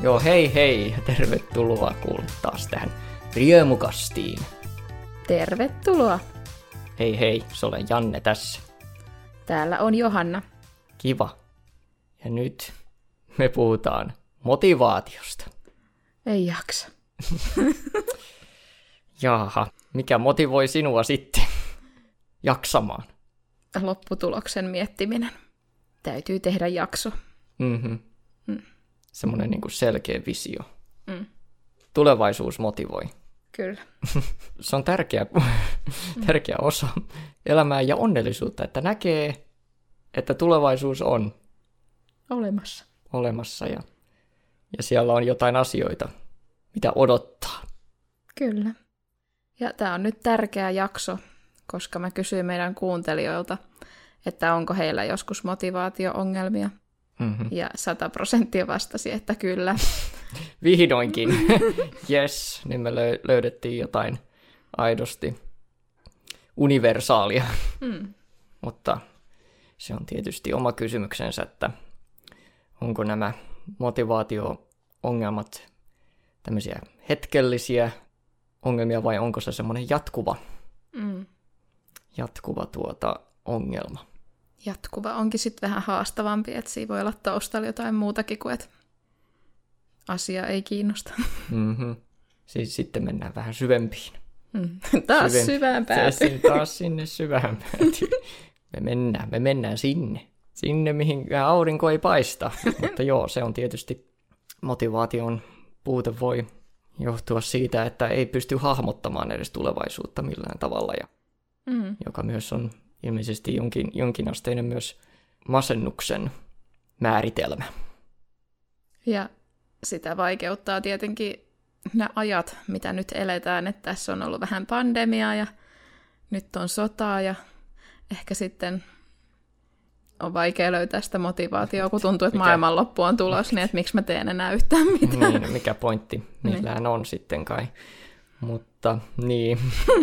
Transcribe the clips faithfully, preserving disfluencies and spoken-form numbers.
Joo, hei hei ja tervetuloa kuulla taas tähän Riemukastiin. Tervetuloa. Hei hei, se olen Janne tässä. Täällä on Johanna. Kiva. Ja nyt me puhutaan motivaatiosta. Ei jaksa. Jaha, mikä motivoi sinua sitten jaksamaan? Lopputuloksen miettiminen. Täytyy tehdä jakso. Mm-hmm. Mm. Semmoinen niin kuin selkeä visio. Mm. Tulevaisuus motivoi. Kyllä. Se on tärkeä, tärkeä osa elämää ja onnellisuutta, että näkee, että tulevaisuus on Olemassa. olemassa ja, ja siellä on jotain asioita, mitä odottaa. Kyllä. Ja tämä on nyt tärkeä jakso, koska mä kysyin meidän kuuntelijoilta, että onko heillä joskus motivaatio-ongelmia. Mm-hmm. Ja sata prosenttia vastasi, että kyllä. Vihdoinkin. Yes, niin me löydettiin jotain aidosti universaalia. Mm. Mutta se on tietysti oma kysymyksensä, että onko nämä motivaatio-ongelmat tämmöisiä hetkellisiä ongelmia vai onko se semmoinen jatkuva, Mm. jatkuva tuota ongelma. Jatkuva onkin sitten vähän haastavampi, että siinä voi olla taustalla jotain muutakin kuin, että asia ei kiinnosta. Mm-hmm. Siis sitten mennään vähän syvempiin. Mm. Taas Syvempi. syvään päätyyn. Taas sinne syvään päätyyn. Me mennään, me mennään sinne. Sinne, mihin aurinko ei paista. Mutta joo, se on tietysti motivaation puute voi johtua siitä, että ei pysty hahmottamaan edes tulevaisuutta millään tavalla. Ja Mm. joka myös on ilmeisesti jonkin, jonkinasteinen myös masennuksen määritelmä. Ja sitä vaikeuttaa tietenkin nämä ajat, mitä nyt eletään, että tässä on ollut vähän pandemiaa ja nyt on sotaa ja ehkä sitten on vaikea löytää sitä motivaatiota, kun tuntuu, että Mikä? maailmanloppu on tulos, niin että miksi mä teen enää yhtään mitään. Niin, mikä pointti millään on sitten kai. Mutta niin.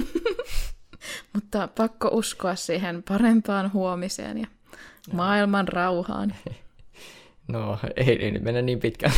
Mutta pakko uskoa siihen parempaan huomiseen ja maailman rauhaan. No, ei, ei nyt mennä niin pitkään.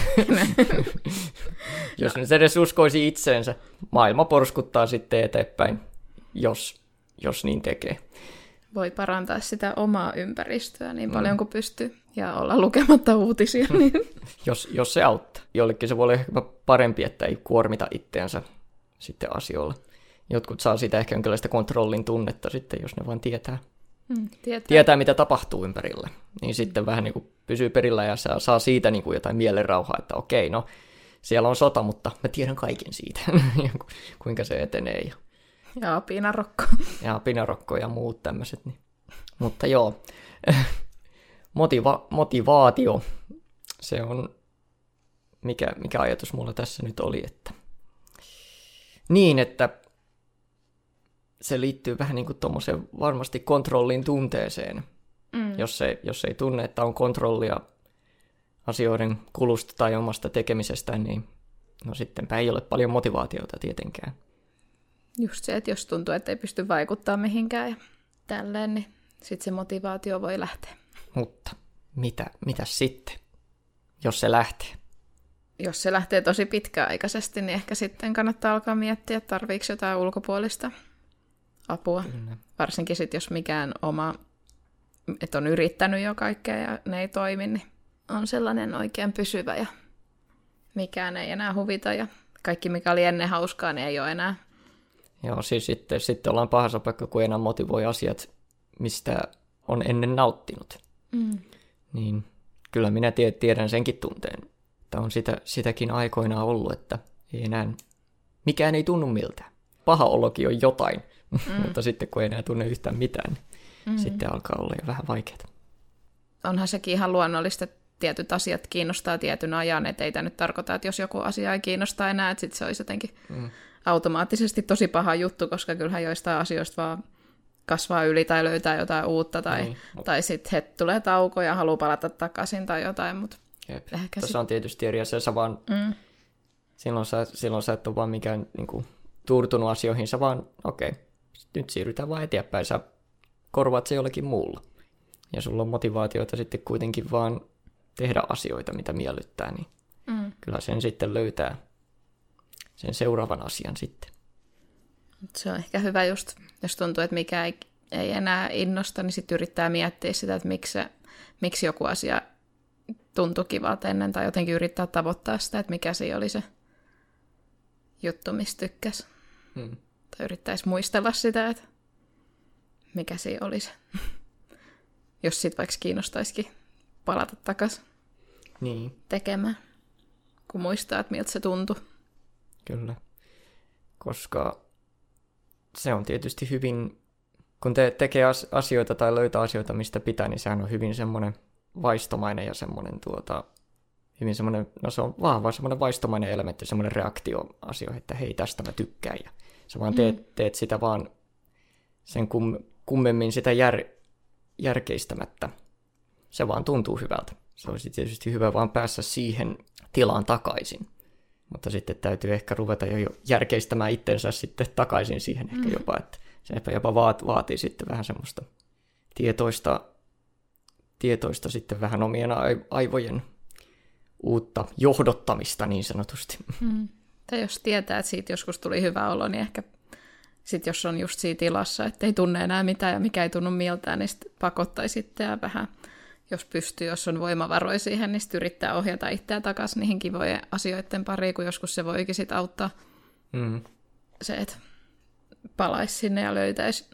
Jos nyt edes uskoisi itseensä, maailma porskuttaa sitten eteenpäin, jos, jos niin tekee. Voi parantaa sitä omaa ympäristöä niin paljon kuin pystyy ja olla lukematta uutisia. Niin. Jos, jos se auttaa. Jollekin se voi olla ehkä parempi, että ei kuormita itseänsä sitten asioilla. Jotkut saa siitä ehkä jonkinlaista kontrollin tunnetta sitten, jos ne vaan tietää. Mm, tietää. tietää, mitä tapahtuu ympärillä. Niin sitten vähän niin kuin pysyy perillä ja saa, saa siitä niin kuin jotain mielenrauhaa, että okei, no siellä on sota, mutta mä tiedän kaiken siitä, kuinka se etenee. Ja, ja pinarokko. ja pinarokko ja muut tämmöiset. Niin. Mutta joo, Motiva- motivaatio, se on, mikä, mikä ajatus mulla tässä nyt oli, että niin, että se liittyy vähän niin kuin tuommoiseen varmasti kontrollin tunteeseen. Mm. Jos, ei, jos ei tunne, että on kontrollia asioiden kulusta tai omasta tekemisestä, niin no sittenpä ei ole paljon motivaatiota tietenkään. Just se, että jos tuntuu, että ei pysty vaikuttamaan mihinkään ja tälleen, niin sitten se motivaatio voi lähteä. Mutta mitä, mitä sitten, jos se lähtee? Jos se lähtee tosi pitkäaikaisesti, niin ehkä sitten kannattaa alkaa miettiä, että tarviiko jotain ulkopuolista apua. Kyllä. Varsinkin sitten, jos mikään oma, että on yrittänyt jo kaikkea ja ne ei toimi, niin on sellainen oikein pysyvä ja mikään ei enää huvita ja kaikki, mikä oli ennen hauskaa, niin ei ole enää. Joo, siis sitten, sitten ollaan pahassa paikka, kun enää motivoi asiat, mistä on ennen nauttinut. Mm. Niin kyllä minä tiedän senkin tunteen. Että on sitä, sitäkin aikoinaan ollut, että ei enää, mikään ei tunnu miltään. Paha olokin on jotain, mm. mutta sitten kun ei enää tunne yhtään mitään, niin mm. sitten alkaa olla jo vähän vaikeaa. Onhan sekin ihan luonnollista, että tietyt asiat kiinnostaa tietyn ajan, että ei tämä nyt tarkoita, että jos joku asia ei kiinnosta enää, että sitten se olisi jotenkin mm. automaattisesti tosi paha juttu, koska kyllähän joistain asioista vaan kasvaa yli tai löytää jotain uutta, tai, niin. tai sitten he tulee tauko ja haluaa palata takaisin tai jotain, mutta ehkä Tässä sit... on tietysti eri asia, sä vaan, mm. silloin, sä, silloin sä et ole vaan mikään niin kuin, turtunut asioihin, sä vaan, okei, okay, nyt siirrytään vaan eteenpäin, sä korvaat se jollekin muulla. Ja sulla on motivaatioita sitten kuitenkin vaan tehdä asioita, mitä miellyttää, niin mm. kyllä sen sitten löytää sen seuraavan asian sitten. Se on ehkä hyvä just, jos tuntuu, että mikä ei, ei enää innosta, niin sitten yrittää miettiä sitä, että miksi, se, miksi joku asia tuntui kivalta ennen, tai jotenkin yrittää tavoittaa sitä, että mikä se oli se juttu, mistä tykkäsi. Hmm. Tai yrittäisi muistella sitä, että mikä se olisi. Jos sitten vaikka kiinnostaisikin palata takaisin niin. tekemään, kun muistaa, että miltä se tuntui. Kyllä, koska se on tietysti hyvin, kun te tekee asioita tai löytää asioita, mistä pitää, niin sehän on hyvin semmoinen vaistomainen ja semmoinen tuota, hyvin semmoinen, no se on vahva semmoinen vaistomainen elementti, semmoinen reaktio asioihin, että hei, tästä mä tykkään, ja sä vaan teet, mm. teet sitä vaan sen kum, kummemmin sitä jär, järkeistämättä. Se vaan tuntuu hyvältä. Se olisi tietysti hyvä vaan päästä siihen tilaan takaisin. Mutta sitten täytyy ehkä ruveta jo järkeistämään itsensä sitten takaisin siihen ehkä jopa, että se jopa vaatii sitten vähän semmoista tietoista, tietoista sitten vähän omien aivojen uutta johdottamista niin sanotusti. Mm. Tai jos tietää, että siitä joskus tuli hyvä olo, niin ehkä sitten jos on just siinä tilassa, että ei tunne enää mitään ja mikä ei tunnu miltään, niin sitten pakottaisi sitten ja vähän, jos pystyy, jos on voimavaroja siihen, niin sitten yrittää ohjata itseään takaisin niihin kivojen asioiden pariin, kun joskus se voikin sitten auttaa mm. se, että palaisi sinne ja löytäisi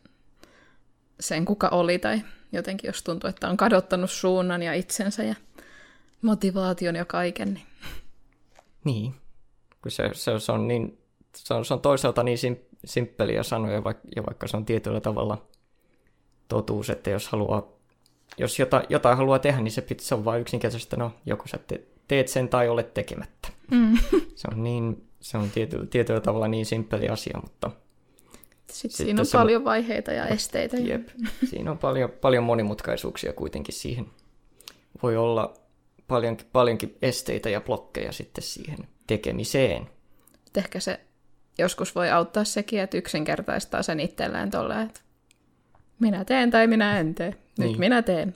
sen, kuka oli, tai jotenkin jos tuntuu, että on kadottanut suunnan ja itsensä ja motivaation ja kaiken. Niin, niin. Kun se, se, se, on niin, se, on, se on toisaalta niin sim, simppeliä sanoja, vaikka, ja vaikka se on tietyllä tavalla totuus, että jos haluaa Jos jotain, jotain haluaa tehdä, niin se, se on vain yksinkertaisesti, no joko sä te, teet sen tai olet tekemättä. Mm. Se on, niin, se on tiety, tietyllä tavalla niin simppeli asia, mutta sitten, sitten siinä on se, paljon vaiheita ja esteitä. Jep, siinä on paljon, paljon monimutkaisuuksia kuitenkin siihen. Voi olla paljonkin, paljonkin esteitä ja blokkeja sitten siihen tekemiseen. Ehkä se joskus voi auttaa sekin, että yksinkertaistaa sen itselleen tolleen, että minä teen tai minä en tee. Nyt niin. minä teen.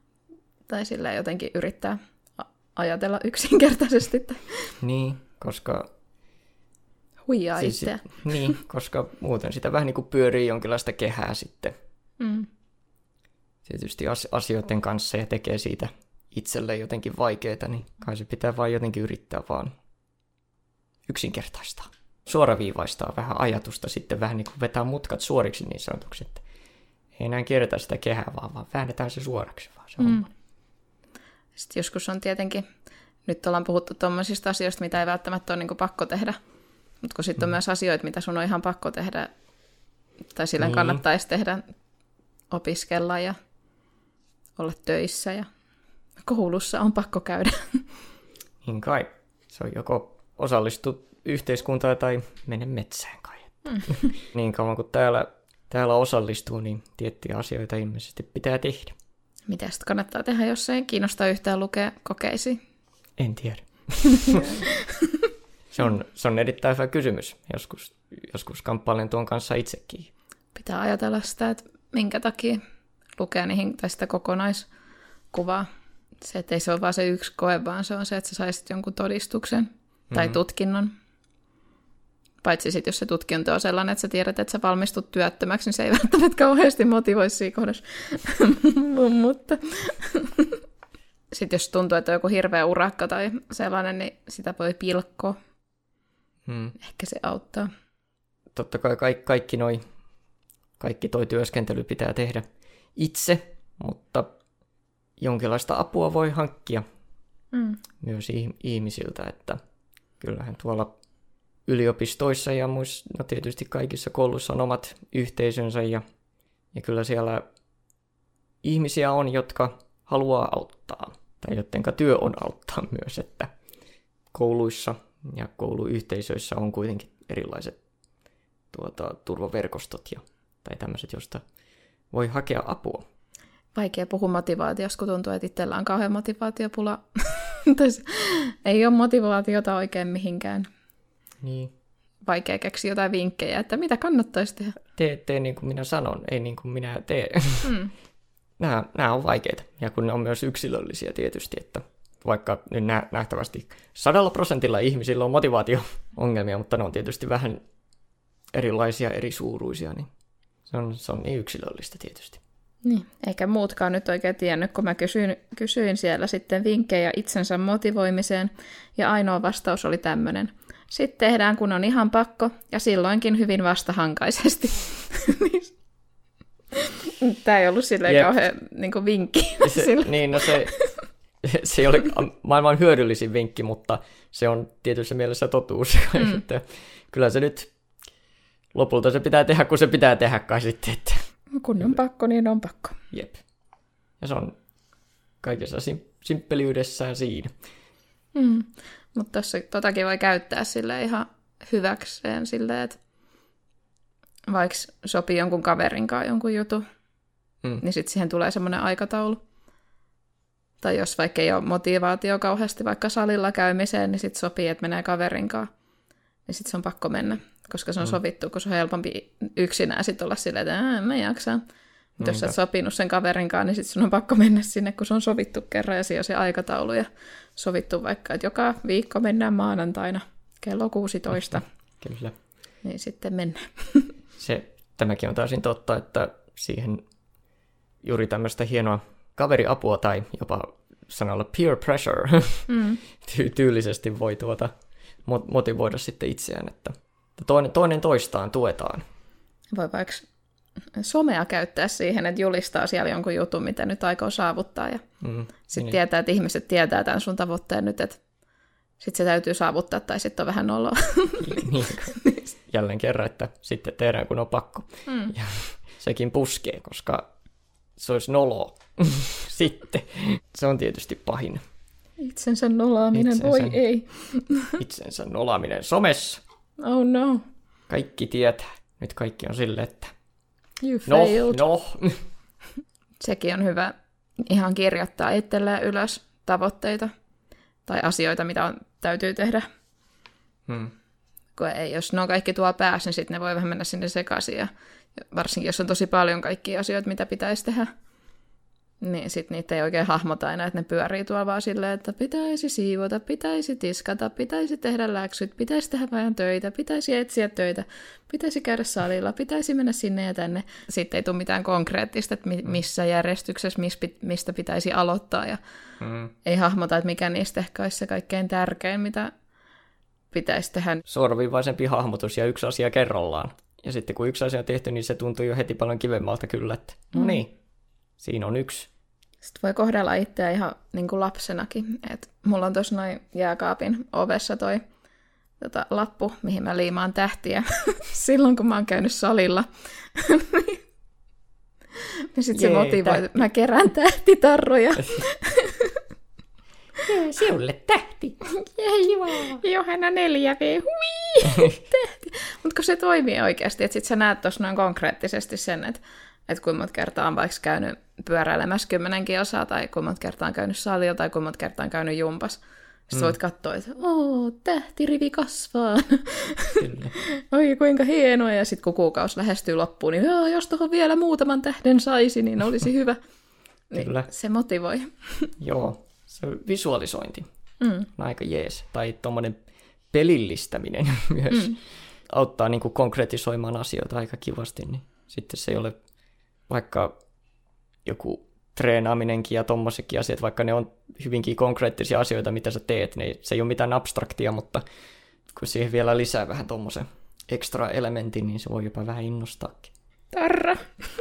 Tai sillä jotenkin yrittää ajatella yksinkertaisesti. Niin, koska huijaa siis, itseä. Niin, koska muuten sitä vähän niin kuin pyörii jonkinlaista kehää sitten. Mm. Tietysti asioiden kanssa ja tekee siitä itselleen jotenkin vaikeaa, niin kai se pitää vaan jotenkin yrittää vaan yksinkertaistaa. Suoraviivaistaa vähän ajatusta, sitten vähän niin kuin vetää mutkat suoriksi niin sanotuksi, että ei enää kierretä sitä kehää, vaan, vaan väännetään se suoraksi vaan se mm. Sitten joskus on tietenkin, nyt ollaan puhuttu tuommoisista asioista, mitä ei välttämättä ole niin kuin pakko tehdä, mutta kun sitten mm. on myös asioita, mitä sun on ihan pakko tehdä, tai sillä niin. kannattaisi tehdä, opiskella ja olla töissä ja koulussa on pakko käydä. Niin kai. Se on joko osallistu yhteiskuntaan tai mene metsään kai. Mm. Niin kauan kuin täällä Täällä osallistuu, niin tiettyjä asioita ilmeisesti pitää tehdä. Mitä sitten kannattaa tehdä, jos ei kiinnosta yhtään lukea kokeisiin? En tiedä. se, on, se on erittäin hyvä kysymys. Joskus, joskus kamppailen tuon kanssa itsekin. Pitää ajatella sitä, että minkä takia lukea niihin, tai sitä kokonaiskuvaa. Se, että ei se ole vaan se yksi koe, vaan se on se, että sä saisit jonkun todistuksen tai mm-hmm. tutkinnon. Paitsi sitten, jos se tutkinto on sellainen, että sä tiedät, että sä valmistut työttömäksi, niin se ei välttämättä kauheasti motivoi siinä kohdassa. Mutta sitten jos tuntuu, että on joku hirveä urakka tai sellainen, niin sitä voi pilkkoa. Hmm. Ehkä se auttaa. Totta kai kaikki, kaikki, noi, kaikki toi työskentely pitää tehdä itse, mutta jonkinlaista apua voi hankkia hmm. myös ihmisiltä, että kyllähän tuolla yliopistoissa ja muissa, no tietysti kaikissa kouluissa on omat yhteisönsä ja, ja kyllä siellä ihmisiä on, jotka haluaa auttaa tai jotenka työ on auttaa myös, että kouluissa ja kouluyhteisöissä on kuitenkin erilaiset tuota, turvaverkostot ja, tai tämmöiset, joista voi hakea apua. Vaikea puhua motivaatiosta, kun tuntuu, että itsellä on kauhean motivaatiopula. Ei ole motivaatiota oikein mihinkään. Niin. Vaikea keksiä jotain vinkkejä, että mitä kannattaisi tehdä. Tee, tee niin kuin minä sanon, ei niin kuin minä teen. Mm. nämä, nämä on vaikeita, ja kun ne on myös yksilöllisiä tietysti, että vaikka nyt nä- nähtävästi sadalla prosentilla ihmisillä on motivaatio-ongelmia, mutta ne on tietysti vähän erilaisia, eri suuruisia, niin se on, se on niin yksilöllistä tietysti. Niin, eikä muutkaan nyt oikein tiennyt, kun mä kysyin, kysyin siellä sitten vinkkejä itsensä motivoimiseen, ja ainoa vastaus oli tämmöinen. Sitten tehdään, kun on ihan pakko, ja silloinkin hyvin vastahankaisesti. Tämä ei ollut silleen Jep. kauhean niin kuin vinkki. Se, niin, no se, se ei ole maailman hyödyllisin vinkki, mutta se on tietyssä mielessä totuus. Mm. Että kyllä se nyt lopulta se pitää tehdä, kun se pitää tehdä kai sitten. Että... Kun on pakko, niin on pakko. Jep. Ja se on kaikessa sim- simppeliydessään siinä. Mm. Mutta tuossa totakin voi käyttää sille ihan hyväkseen silleen, että vaikka sopii jonkun kaverin kanssa jonkun jutun, mm. niin sitten siihen tulee semmoinen aikataulu. Tai jos vaikka ei ole motivaatio kauheasti vaikka salilla käymiseen, niin sitten sopii, että menee kaverin kanssa. Niin sitten se on pakko mennä, koska se on mm. sovittu, kun se on helpompi yksinään sitten olla silleen, että mä jaksan. Mutta jos sä oot sopinut sen kaverin kanssa, niin sitten sun on pakko mennä sinne, kun se on sovittu kerran ja siinä on se aikataulu. Ja sovittu vaikka, että joka viikko mennään maanantaina kello kuusitoista. Kyllä. Niin sitten mennään. Se, tämäkin on täysin totta, että siihen juuri tämmöistä hienoa kaveriapua tai jopa sanalla peer pressure mm. ty- tyylisesti voi tuota motivoida sitten itseään, että toinen, toinen toistaan tuetaan. Voi vaikka somea käyttää siihen, että julistaa siellä jonkun jutun, mitä nyt aikoo saavuttaa, ja mm, sitten niin. tietää, että ihmiset tietää tämän sun tavoitteen nyt, että sitten se täytyy saavuttaa, tai sitten on vähän noloa. Niin, jälleen kerran, että sitten tehdään, kun on pakko. Mm. Ja sekin puskee, koska se olisi noloa. Sitten. Se on tietysti pahin. Itsensä nolaaminen, itsensä, voi ei. Itsensä nolaaminen somessa. Oh no. Kaikki tietää. Nyt kaikki on silleen, että you no, failed. no. Sekin on hyvä ihan kirjoittaa itselleen ylös tavoitteita tai asioita, mitä on, täytyy tehdä. Hmm. Kun ei, jos ne on kaikki tuolla päässä, niin sitten ne voi vähän mennä sinne sekaisin. Ja varsinkin, jos on tosi paljon kaikkia asioita, mitä pitäisi tehdä, niin sitten niitä ei oikein hahmota enää, että ne pyörii tuolla vaan silleen, että pitäisi siivota, pitäisi tiskata, pitäisi tehdä läksyt, pitäisi tehdä vähän töitä, pitäisi etsiä töitä, pitäisi käydä salilla, pitäisi mennä sinne ja tänne. Sitten ei tule mitään konkreettista, että missä järjestyksessä, mistä pitäisi aloittaa, ja mm. ei hahmota, että mikä niistä ehkä olisi se kaikkein tärkein, mitä pitäisi tehdä. Sorvivaisempi hahmotus ja yksi asia kerrallaan. Ja sitten kun yksi asia on tehty, niin se tuntuu jo heti paljon kivemmalta kyllä, että no niin, mm. siinä on yksi. Sitten voi kohdella itseä ihan niin kuin lapsenakin. Et mulla on tuossa noin jääkaapin ovessa toi tota, lappu, mihin mä liimaan tähtiä silloin, kun mä oon käynyt salilla. Ja sitten se motivoi, että mä kerään tähtitarroja. Sinulle tähti. Jee, Johanna neljä V, hui, tähti. Mutta kun se toimii oikeasti, että sit sä näet tuossa noin konkreettisesti sen, että että kuinka monta kertaa on vaikka käynyt pyöräilemässä kymmenenkin osaa, tai kuinka monta kertaa on käynyt salilla, tai kuinka monta kertaa on käynyt jumpas. Sitten mm. voit katsoa, että oo, tähtirivi kasvaa. Oi, kuinka hienoa. Ja sitten kun kuukausi lähestyy loppuun, niin joo, jos tuohon vielä muutaman tähden saisi, niin olisi hyvä. Niin se motivoi. Joo, se visualisointi mm. on aika jees. Tai tuommoinen pelillistäminen myös mm. auttaa niin kuin konkretisoimaan asioita aika kivasti. Niin sitten se ei ole vaikka joku treenaaminenkin ja tommosekin asiat, vaikka ne on hyvinkin konkreettisia asioita, mitä sä teet, niin se ei ole mitään abstraktia, mutta kun siihen vielä lisää vähän tommosen ekstra elementin, niin se voi jopa vähän innostaakin. Tarra!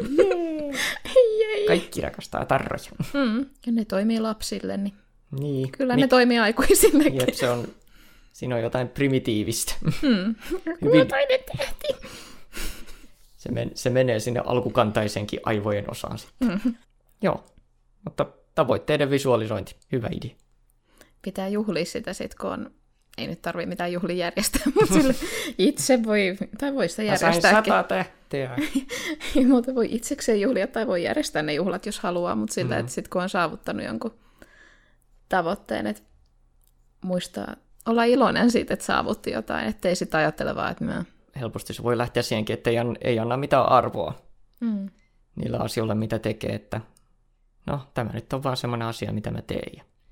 Yeah. Kaikki rakastaa tarroja. Mm. Ja ne toimii lapsille, niin, niin. kyllä ne Mik... toimii aikuisillekin. Jep, se on, siinä on jotain primitiivistä. Mm. Kultainen tähti! Se, men, se menee sinne alkukantaisenkin aivojen osaan sitten. Mm-hmm. Joo, mutta tavoitteiden visualisointi, hyvä idea. Pitää juhlia sitä sitten, kun on, ei nyt tarvitse mitään juhlia järjestää, mutta sille itse voi, tai voi sitä järjestääkin. Sain sata tähteä. Ei muuta voi itsekseen juhlia, tai voi järjestää ne juhlat, jos haluaa, mutta sillä, mm-hmm. että sitten kun on saavuttanut jonkun tavoitteen, että muistaa olla iloinen siitä, että saavutti jotain, ettei sitä ajattele vaan, että mä... Helposti se voi lähteä siihenkin, että ei, an, ei anna mitään arvoa mm. niillä asioilla, mitä tekee, että no, tämä nyt on vaan semmoinen asia, mitä mä teen. Ja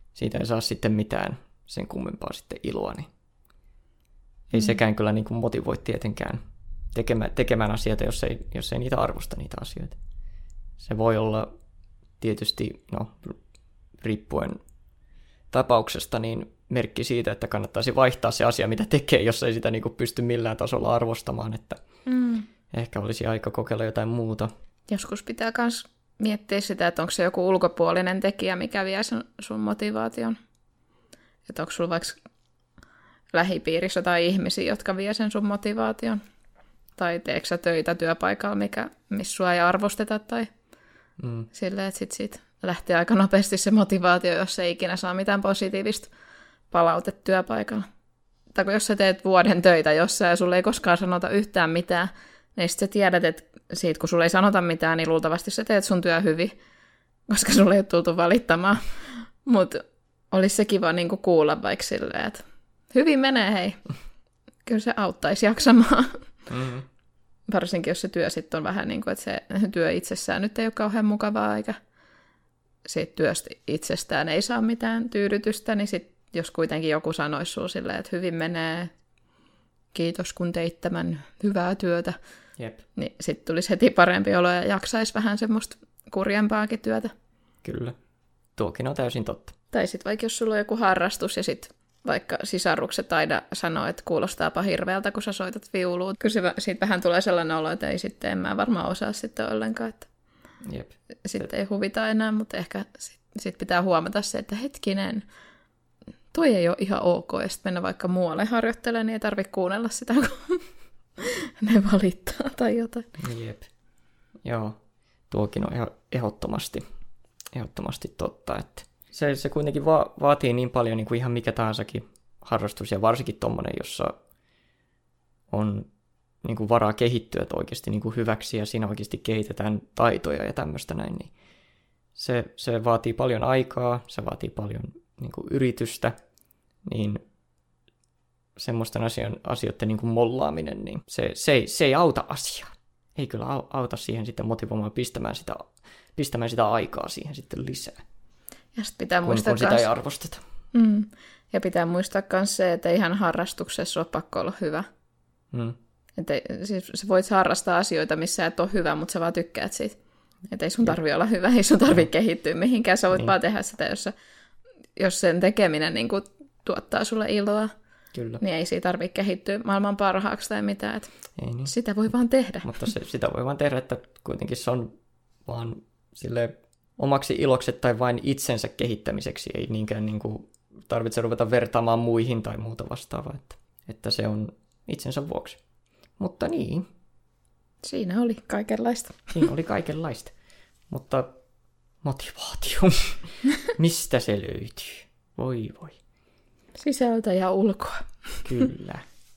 siitä ei saa sitten mitään sen kummempaa sitten iloa, niin ei mm. sekään kyllä niin kuin motivoi tietenkään tekemään, tekemään asioita, jos ei, jos ei niitä arvosta niitä asioita. Se voi olla tietysti, no, riippuen tapauksesta, niin merkki siitä, että kannattaisi vaihtaa se asia, mitä tekee, jos ei sitä niin kuin pysty millään tasolla arvostamaan, että mm. ehkä olisi aika kokeilla jotain muuta. Joskus pitää myös miettiä sitä, että onko se joku ulkopuolinen tekijä, mikä vie sun, sun motivaation. Että onko sulla vaikka lähipiirissä tai ihmisiä, jotka vie sen sun motivaation. Tai teekö sä töitä työpaikalla, mikä, missä sua ei arvosteta. Tai mm. silleen, että sit siitä lähtee aika nopeasti se motivaatio, jos ei ikinä saa mitään positiivista palautetta työpaikalla. Tai kun jos sä teet vuoden töitä jossain ja sulle ei koskaan sanota yhtään mitään, niin sitten sä tiedät, että siitä kun sulle ei sanota mitään, niin luultavasti sä teet sun työ hyvin, koska sulle ei ole tultu valittamaan. Mutta olisi se kiva niinku kuulla vaikka silleen, että hyvin menee, hei. Kyllä se auttaisi jaksamaan. Mm-hmm. Varsinkin, jos se työ sitten on vähän niin kuin, että se työ itsessään nyt ei ole kauhean mukavaa, eikä siitä työstä itsestään ei saa mitään tyydytystä, niin sit, jos kuitenkin joku sanoisi sinulle silleen, että hyvin menee, kiitos kun teit tämän hyvää työtä, Jep. niin sitten tulisi heti parempi olo ja jaksaisi vähän semmoista kurjempaakin työtä. Kyllä, tuokin on täysin totta. Tai sitten vaikka jos sulla on joku harrastus ja sitten vaikka sisarukset aina sanoo, että kuulostaapa hirveältä, kun sä soitat viulua. Kyllä se, siitä vähän tulee sellainen olo, että ei sitten, en mä varmaan osaa sitten ollenkaan, että Jep. sitten ei huvita enää, mutta ehkä sitten sit pitää huomata se, että hetkinen, toi ei ole ihan ok, ja sitten mennä vaikka muualle harjoittelemaan, niin ei tarvitse kuunnella sitä, kun ne valittaa tai jotain. Jep. Joo, tuokin on ehdottomasti, ehdottomasti totta, että Se, se kuitenkin va- vaatii niin paljon niin kuin ihan mikä tahansakin harrastus, ja varsinkin tommonen, jossa on niin kuin varaa kehittyä oikeasti niin kuin hyväksi, ja siinä oikeasti kehitetään taitoja ja tämmöistä näin, niin se, se vaatii paljon aikaa, se vaatii paljon niin kuin yritystä, niin semmoisten asian, asioiden niin kuin mollaaminen, niin se, se, ei, se ei auta asiaa. Ei kyllä auta siihen sitten motivoimaan pistämään sitä, pistämään sitä aikaa siihen sitten lisää. Ja sit pitää kun, muistaa kun sitä kans... ei arvosteta. Mm. Ja pitää muistaa myös se, että ihan harrastuksessa ole pakko olla hyvä. Mm. Että siis sä voit harrastaa asioita, missä et ole hyvä, mutta sä vaan tykkäät siitä. Että ei sun tarvitse olla hyvä, ei sun tarvitse kehittyä mihinkään. Sä voit niin. vaan tehdä sitä, jos, sä, jos sen tekeminen niin kun tuottaa sulle iloa. Kyllä. Niin ei siitä tarvitse kehittyä maailman parhaaksi tai mitään. Että ei niin. Sitä voi vaan tehdä. Mutta se, sitä voi vaan tehdä, että kuitenkin se on vaan silleen omaksi ilokset tai vain itsensä kehittämiseksi. Ei niinkään niin kuin tarvitse ruveta vertaamaan muihin tai muuta vastaavaa, että, että se on itsensä vuoksi. Mutta niin. Siinä oli kaikenlaista. Siinä oli kaikenlaista. Mutta motivaatio, mistä se löytyy? Voi voi. Sisältä ja ulkoa. Kyllä.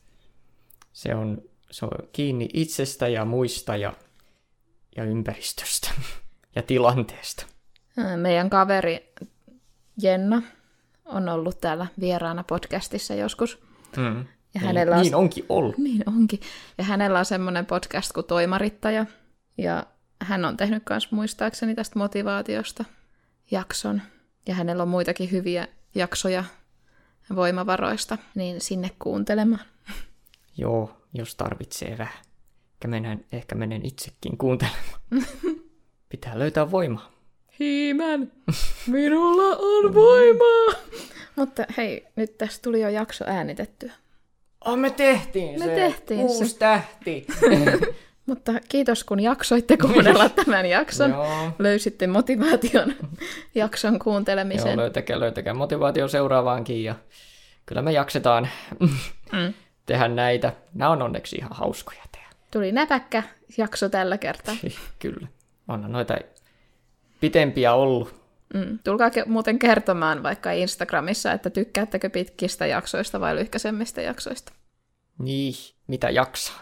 Se on, se on kiinni itsestä ja muista ja, ja ympäristöstä ja tilanteesta. Meidän kaveri Jenna on ollut täällä vieraana podcastissa joskus. Mm. Ja niin, hänellä on, niin onkin ollut. Niin onkin. Ja hänellä on semmoinen podcast kuin Toimarittaja. Ja hän on tehnyt myös muistaakseni tästä motivaatiosta jakson. Ja hänellä on muitakin hyviä jaksoja voimavaroista, niin sinne kuuntelemaan. Joo, jos tarvitsee vähän. Ehkä menen, ehkä menen itsekin kuuntelemaan. Pitää löytää voimaa. He-Man, minulla on voimaa! Mutta hei, nyt tässä tuli jo jakso äänitettyä. Oh, me tehtiin me se. Tehtiin Uusi se. tähti. Mutta kiitos, kun jaksoitte kuunnella tämän jakson. Joo. Löysitte motivaation jakson kuuntelemisen. Joo, löytäkää, löytäkää motivaatio seuraavaankin. Ja kyllä me jaksetaan mm. tehdä näitä. Nämä on onneksi ihan hauskoja tehdä. Tuli näpäkkä jakso tällä kertaa. Kyllä. On noita pitempiä ollut. Mm. Tulkaa ke- muuten kertomaan vaikka Instagramissa, että tykkäättekö pitkistä jaksoista vai lyhkäisemmistä jaksoista. Niin, mitä jaksaa.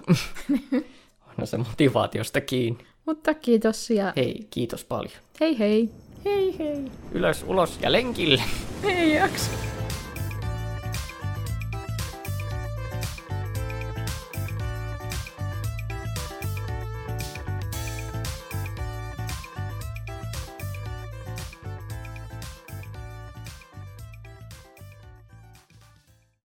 On se motivaatiosta kiinni. Mutta kiitos ja... Hei, kiitos paljon. Hei hei. Hei hei. Ylös, ulos ja lenkille. Hei jakso.